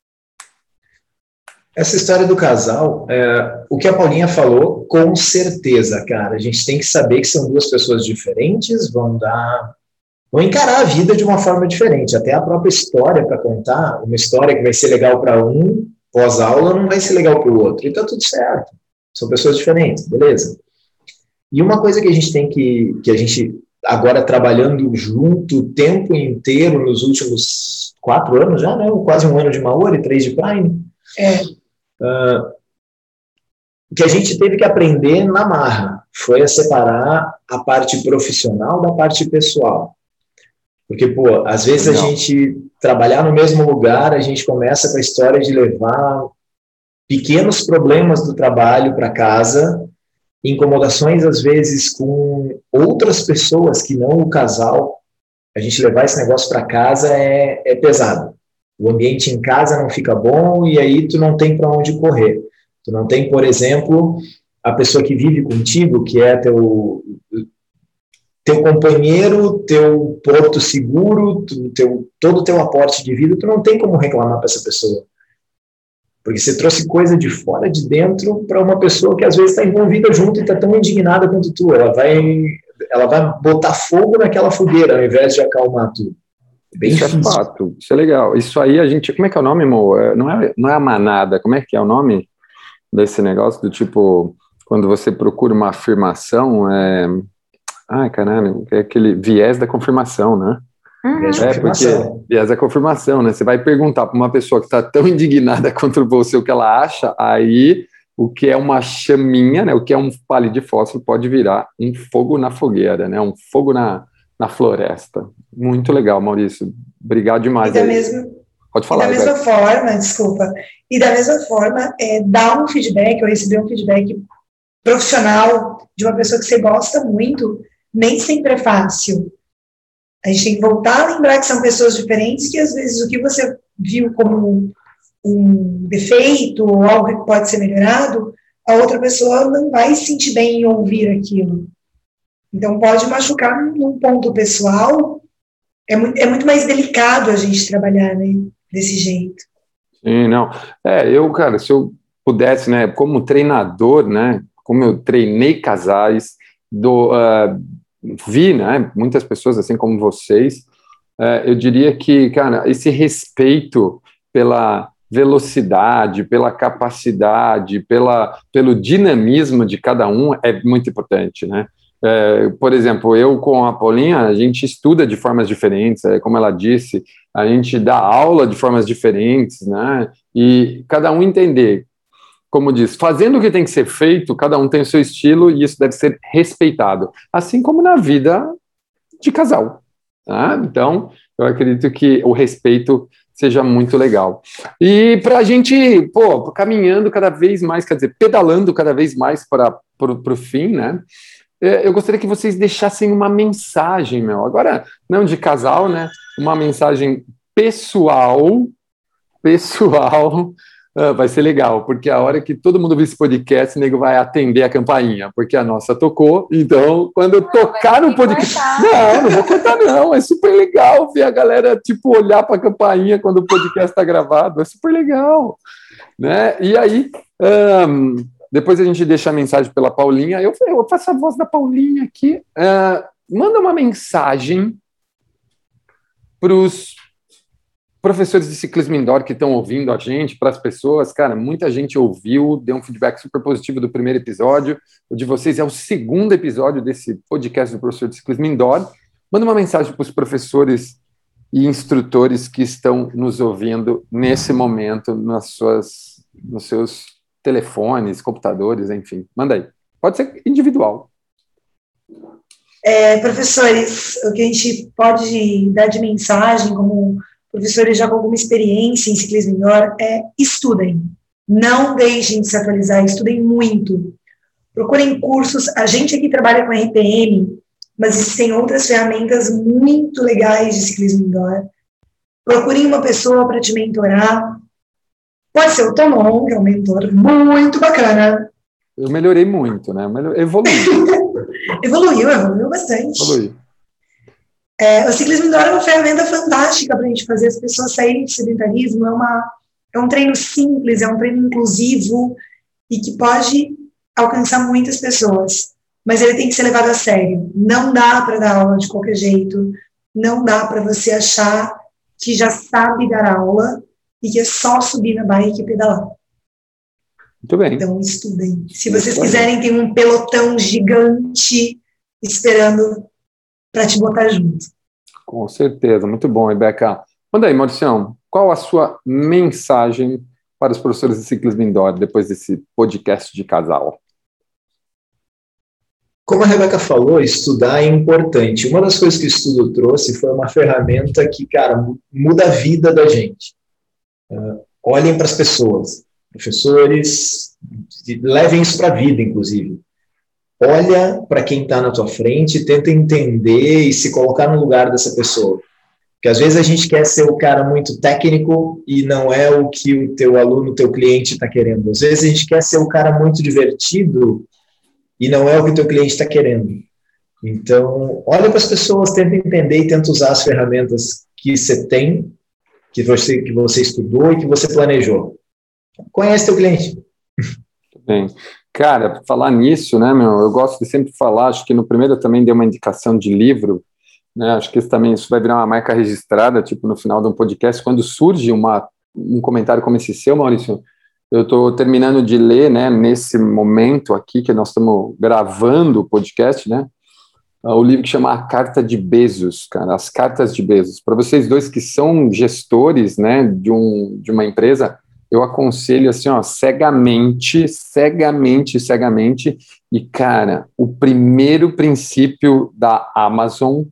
Essa história do casal, é, o que a Paulinha falou, com certeza, cara, a gente tem que saber que são duas pessoas diferentes, vão dar, vão encarar a vida de uma forma diferente, até a própria história para contar, uma história que vai ser legal para um, pós-aula, não vai ser legal para o outro, e tá tudo certo, são pessoas diferentes, beleza? E uma coisa que a gente tem que, que a gente agora trabalhando junto o tempo inteiro nos últimos quatro anos já, né? Quase um ano de Maori, três de Prime. É. Uh, que a gente teve que aprender na marra foi a separar a parte profissional da parte pessoal. Porque, pô, às vezes Não. a gente trabalhar no mesmo lugar, a gente começa com a história de levar pequenos problemas do trabalho para casa, incomodações, às vezes, com outras pessoas que não o casal, a gente levar esse negócio para casa é, é pesado. O ambiente em casa não fica bom e aí tu não tem para onde correr. Tu não tem, por exemplo, a pessoa que vive contigo, que é teu, teu companheiro, teu porto seguro, teu, todo o teu aporte de vida, tu não tem como reclamar para essa pessoa. Porque você trouxe coisa de fora, de dentro, para uma pessoa que às vezes está envolvida junto e está tão indignada quanto tu. Ela vai, ela vai botar fogo naquela fogueira ao invés de acalmar tudo. Bem isso difícil. É fato, isso é legal. Isso aí a gente, como é que é o nome, amor? Não é, não é a manada, como é que é o nome desse negócio do tipo, quando você procura uma afirmação, é... ai, caralho, é aquele viés da confirmação, né? Uhum. Viés de É, confirmação. porque viés da confirmação, né? Você vai perguntar para uma pessoa que está tão indignada contra você o que ela acha, aí o que é uma chaminha, né? O que é um palito de fósforo pode virar um fogo na fogueira, né? Um fogo na, na floresta. Muito legal, Maurício. Obrigado demais. E da aí. mesma, Pode e falar. da mesma forma, desculpa, e da mesma forma, é, dar um feedback, ou receber um feedback profissional de uma pessoa que você gosta muito, nem sempre é fácil. A gente tem que voltar a lembrar que são pessoas diferentes, que às vezes o que você viu como um defeito ou algo que pode ser melhorado, a outra pessoa não vai se sentir bem em ouvir aquilo. Então pode machucar num ponto pessoal, é muito, é muito mais delicado a gente trabalhar, né, desse jeito. Sim, não. É, eu, cara, se eu pudesse, né, como treinador, né, como eu treinei casais, do, uh, vi, né, muitas pessoas, assim como vocês, uh, eu diria que, cara, esse respeito pela velocidade, pela capacidade, pela, pelo dinamismo de cada um é muito importante, né? É, por exemplo, eu com a Paulinha, a gente estuda de formas diferentes, é, como ela disse, a gente dá aula de formas diferentes, né? E cada um entender, como diz, fazendo o que tem que ser feito, cada um tem o seu estilo e isso deve ser respeitado, assim como na vida de casal, tá? Então, eu acredito que o respeito seja muito legal. E para a gente, pô, caminhando cada vez mais, quer dizer, pedalando cada vez mais para o fim, né? Eu gostaria que vocês deixassem uma mensagem, meu. Agora, não de casal, né? Uma mensagem pessoal, pessoal, uh, vai ser legal, porque a hora que todo mundo ouvir esse podcast, o nego vai atender a campainha, porque a nossa tocou, então, quando eu não, tocar no podcast... Não, não vou cortar, não, é super legal ver a galera, tipo, olhar para a campainha quando o podcast está gravado, é super legal, né? E aí... Um, depois a gente deixa a mensagem pela Paulinha. Eu, eu faço a voz da Paulinha aqui. Uh, manda uma mensagem para os professores de ciclismo indoor que estão ouvindo a gente, para as pessoas. Cara, muita gente ouviu, deu um feedback super positivo do primeiro episódio. O de vocês é o segundo episódio desse podcast do professor de ciclismo indoor. Manda uma mensagem para os professores e instrutores que estão nos ouvindo nesse momento, nas suas, nos seus telefones, computadores, enfim. Manda aí. Pode ser individual. É, professores, o que a gente pode dar de mensagem, como professores já com alguma experiência em ciclismo indoor, é estudem. Não deixem de se atualizar, estudem muito. Procurem cursos. A gente aqui trabalha com R P M, mas existem outras ferramentas muito legais de ciclismo indoor. Procurem uma pessoa para te mentorar. Pode ser o Tomon, que é um mentor muito bacana. Eu melhorei muito, né? Eu evoluí. evoluiu, evoluiu bastante. Evoluí. É, o ciclismo indoor é uma ferramenta fantástica para a gente fazer as pessoas saírem de sedentarismo. É, uma, é um treino simples, é um treino inclusivo e que pode alcançar muitas pessoas. Mas ele tem que ser levado a sério. Não dá para dar aula de qualquer jeito. Não dá para você achar que já sabe dar aula e que é só subir na bike e pedalar. Muito bem. Então, estudem. Se vocês quiserem, tem um pelotão gigante esperando para te botar junto. Com certeza. Muito bom, Rebeca. Manda aí, Mauricião, qual a sua mensagem para os professores de ciclismo indoor depois desse podcast de casal? Como a Rebeca falou, estudar é importante. Uma das coisas que o estudo trouxe foi uma ferramenta que, cara, muda a vida da gente. Uh, olhem para as pessoas, professores, levem isso para a vida, inclusive. olha para quem está na tua frente, tenta entender e se colocar no lugar dessa pessoa. Porque às vezes a gente quer ser o cara muito técnico e não é o que o teu aluno, o teu cliente está querendo. Às vezes a gente quer ser o cara muito divertido e não é o que o teu cliente está querendo. Então, olha para as pessoas, tenta entender e tenta usar as ferramentas que você tem, que você, que você estudou e que você planejou. Conhece teu cliente. Bem, cara, falar nisso, né, meu, eu gosto de sempre falar, acho que no primeiro eu também dei uma indicação de livro, né, acho que isso também isso vai virar uma marca registrada, tipo, no final de um podcast, quando surge uma, um comentário como esse seu, Maurício, eu estou terminando de ler, né, nesse momento aqui que nós estamos gravando o podcast, né, o livro que chama A Carta de Bezos, cara, As Cartas de Bezos. Para vocês dois que são gestores, né, de, um, de uma empresa, eu aconselho assim, ó, cegamente, cegamente, cegamente, e, cara, o primeiro princípio da Amazon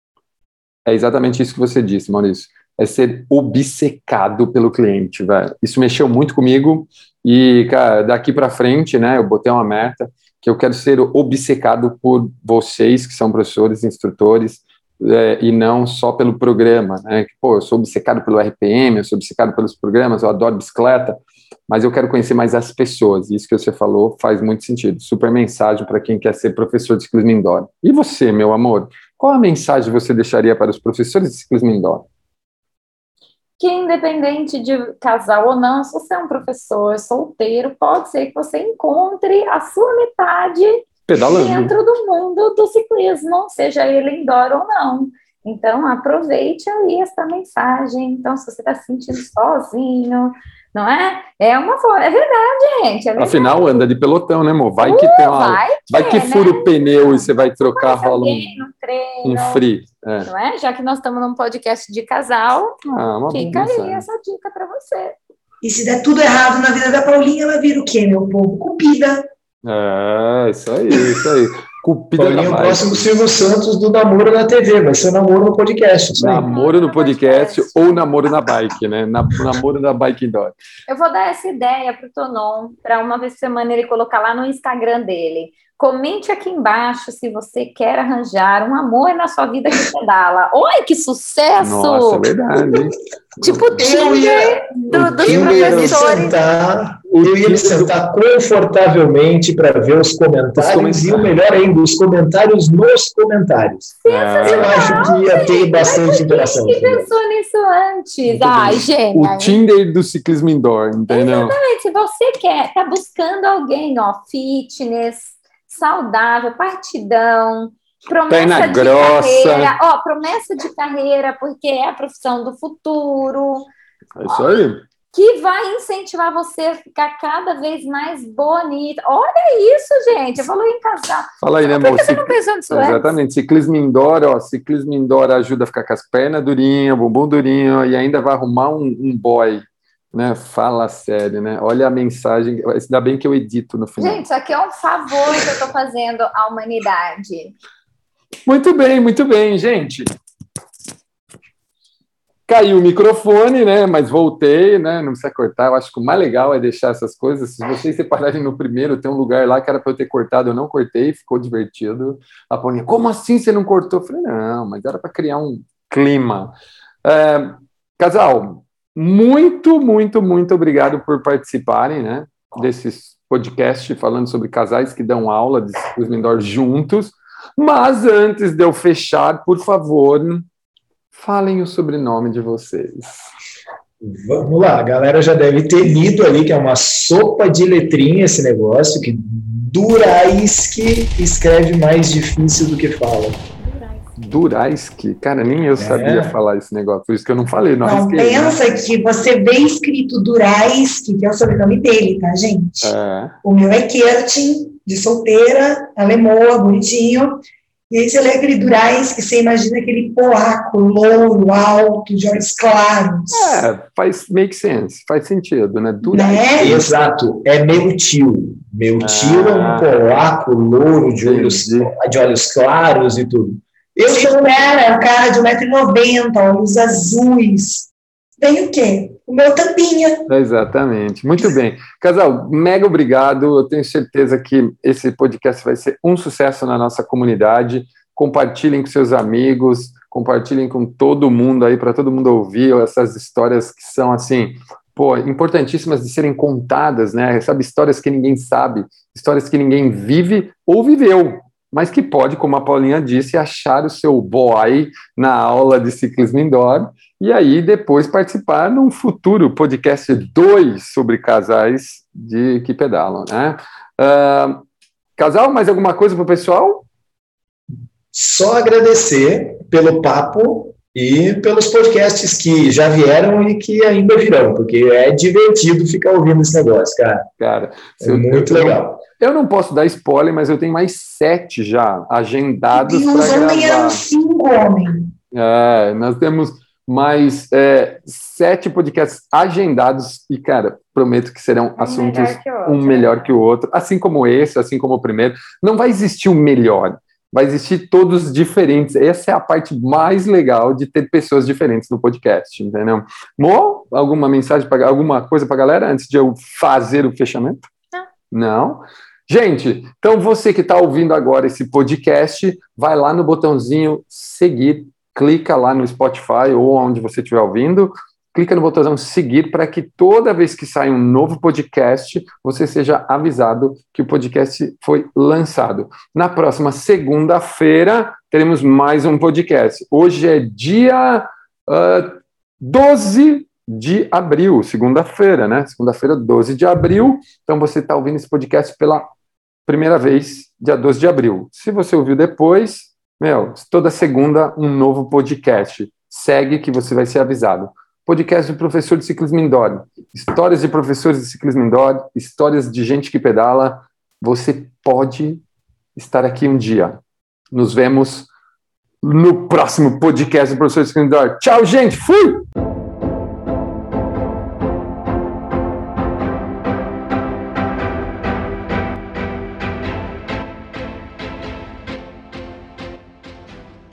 é exatamente isso que você disse, Maurício, é ser obcecado pelo cliente, velho. Isso mexeu muito comigo e, cara, daqui para frente, né, eu botei uma meta que eu quero ser obcecado por vocês, que são professores, instrutores, é, e não só pelo programa, né? Pô, eu sou obcecado pelo R P M, eu sou obcecado pelos programas, eu adoro bicicleta, mas eu quero conhecer mais as pessoas. Isso que você falou faz muito sentido. Super mensagem para quem quer ser professor de ciclismo indoor. E você, meu amor, qual a mensagem você deixaria para os professores de ciclismo indoor? Que independente de casal ou não, se você é um professor solteiro, pode ser que você encontre a sua metade pedalando dentro do mundo do ciclismo, seja ele indoor ou não. Então, aproveite aí essa mensagem. Então, se você está se sentindo sozinho, não é? É uma forma, é verdade, gente. É verdade. Afinal, anda de pelotão, né, amor? Vai uh, que tem uma. Vai que, vai que fura, né, o pneu e você vai trocar, rola um, treino, um free. É. Não é? Já que nós estamos num podcast de casal, ah, fica aí essa dica para você. E se der tudo errado na vida da Paulinha, ela vira o quê, meu povo? Cupida. É, isso aí, isso aí. Cupida. Paulinha é o próximo Silvio Santos do namoro na T V, vai ser namoro no podcast. Isso aí. Namoro no podcast ou namoro na bike, né? Na, namoro na bike indoor. Eu vou dar essa ideia para o Tonon, para uma vez por semana ele colocar lá no Instagram dele. Comente aqui embaixo se você quer arranjar um amor na sua vida que pedala. Oi, que sucesso! Nossa, é verdade. Tipo o Tinder do, dos eu professores. Ia sentar, eu ia me sentar confortavelmente para ver os comentários, os comentários e o melhor ainda, os comentários nos comentários. É. Eu acho que ia ter bastante interação. Quem pensou nisso antes? Ai, gente. O Tinder do ciclismo indoor, entendeu? Exatamente. Se você quer, tá buscando alguém, ó, fitness, saudável, partidão, promessa perna de grossa. carreira, ó, promessa de carreira, porque é a profissão do futuro. É isso aí. Que vai incentivar você a ficar cada vez mais bonita. Olha isso, gente. Eu falei em casal. Fala aí, né, amor? Por que você não pensou nisso antes? Exatamente. Ciclismo indoor, ó, ciclismo indoor ajuda a ficar com as pernas durinhas, bumbum durinho, e ainda vai arrumar um, um boy. Né? Fala sério, né? Olha a mensagem. Ainda bem que eu edito no final. Gente, isso aqui é um favor que eu estou fazendo à humanidade. Muito bem, muito bem, gente. Caiu o microfone, né? Mas voltei, né? Não precisa cortar. Eu acho que o mais legal é deixar essas coisas. Se vocês separarem no primeiro, tem um lugar lá que era para eu ter cortado, eu não cortei, ficou divertido. A Paulinha, como assim você não cortou? Eu falei, não, mas era para criar um clima. É, casal, muito, muito, muito obrigado por participarem, né, desses podcasts falando sobre casais que dão aula de ciclismo indoor juntos. Mas antes de eu fechar, por favor, falem o sobrenome de vocês. Vamos lá, a galera já deve ter lido ali que é uma sopa de letrinha esse negócio, que Duraiski escreve mais difícil do que fala. Duraiski? Cara, nem eu sabia é. falar esse negócio, por isso que eu não falei. Não, não pensa né? que você vê escrito Duraiski, que é o sobrenome dele, tá, gente? É. O meu é Kertin, de solteira, alemoa, bonitinho. E aí você lê aquele Duraiski, você imagina aquele polaco, louro, alto, de olhos claros. É, faz make sense, faz sentido, né? Duraiski. Né? Exato, é meu tio. Meu tio ah, é um polaco, louro, de olhos, de olhos claros e tudo. Eu sou um cara, um cara de um metro e noventa, olhos azuis, vem o quê? O meu tampinha. Exatamente. Muito bem. Casal, mega obrigado. Eu tenho certeza que esse podcast vai ser um sucesso na nossa comunidade. Compartilhem com seus amigos, compartilhem com todo mundo aí, para todo mundo ouvir essas histórias que são, assim, pô, importantíssimas de serem contadas, né? Sabe, histórias que ninguém sabe, histórias que ninguém vive ou viveu, mas que pode, como a Paulinha disse, achar o seu boy na aula de ciclismo indoor e aí depois participar num futuro podcast dois sobre casais de que pedalam, né? Uh, casal, mais alguma coisa para o pessoal? Só agradecer pelo papo e pelos podcasts que já vieram e que ainda virão, porque é divertido ficar ouvindo esse negócio, cara. Cara, é muito eu, legal. Eu não posso dar spoiler, mas eu tenho mais sete já agendados para gravar. Ontem eram cinco homens. É, nós temos mais é, sete podcasts agendados e, cara, prometo que serão um assuntos melhor um melhor que o outro, assim como esse, assim como o primeiro. Não vai existir o melhor. Vai existir todos diferentes. Essa é a parte mais legal de ter pessoas diferentes no podcast, entendeu? Mo, alguma mensagem, pra, alguma coisa para a galera antes de eu fazer o fechamento? Não. Não? Gente, então você que está ouvindo agora esse podcast, vai lá no botãozinho seguir, clica lá no Spotify ou onde você estiver ouvindo, clica no botãozinho seguir para que toda vez que sai um novo podcast, você seja avisado que o podcast foi lançado. Na próxima segunda-feira, teremos mais um podcast. Hoje é dia uh, doze de abril, segunda-feira, né? Segunda-feira, doze de abril. Então, você está ouvindo esse podcast pela primeira vez, dia doze de abril. Se você ouviu depois, meu, toda segunda, um novo podcast. Segue que você vai ser avisado. Podcast do professor de ciclismo indoor, histórias de professores de ciclismo indoor, histórias de gente que pedala. Você pode estar aqui um dia. Nos vemos no próximo podcast do professor de ciclismo indoor. Tchau, gente. Fui!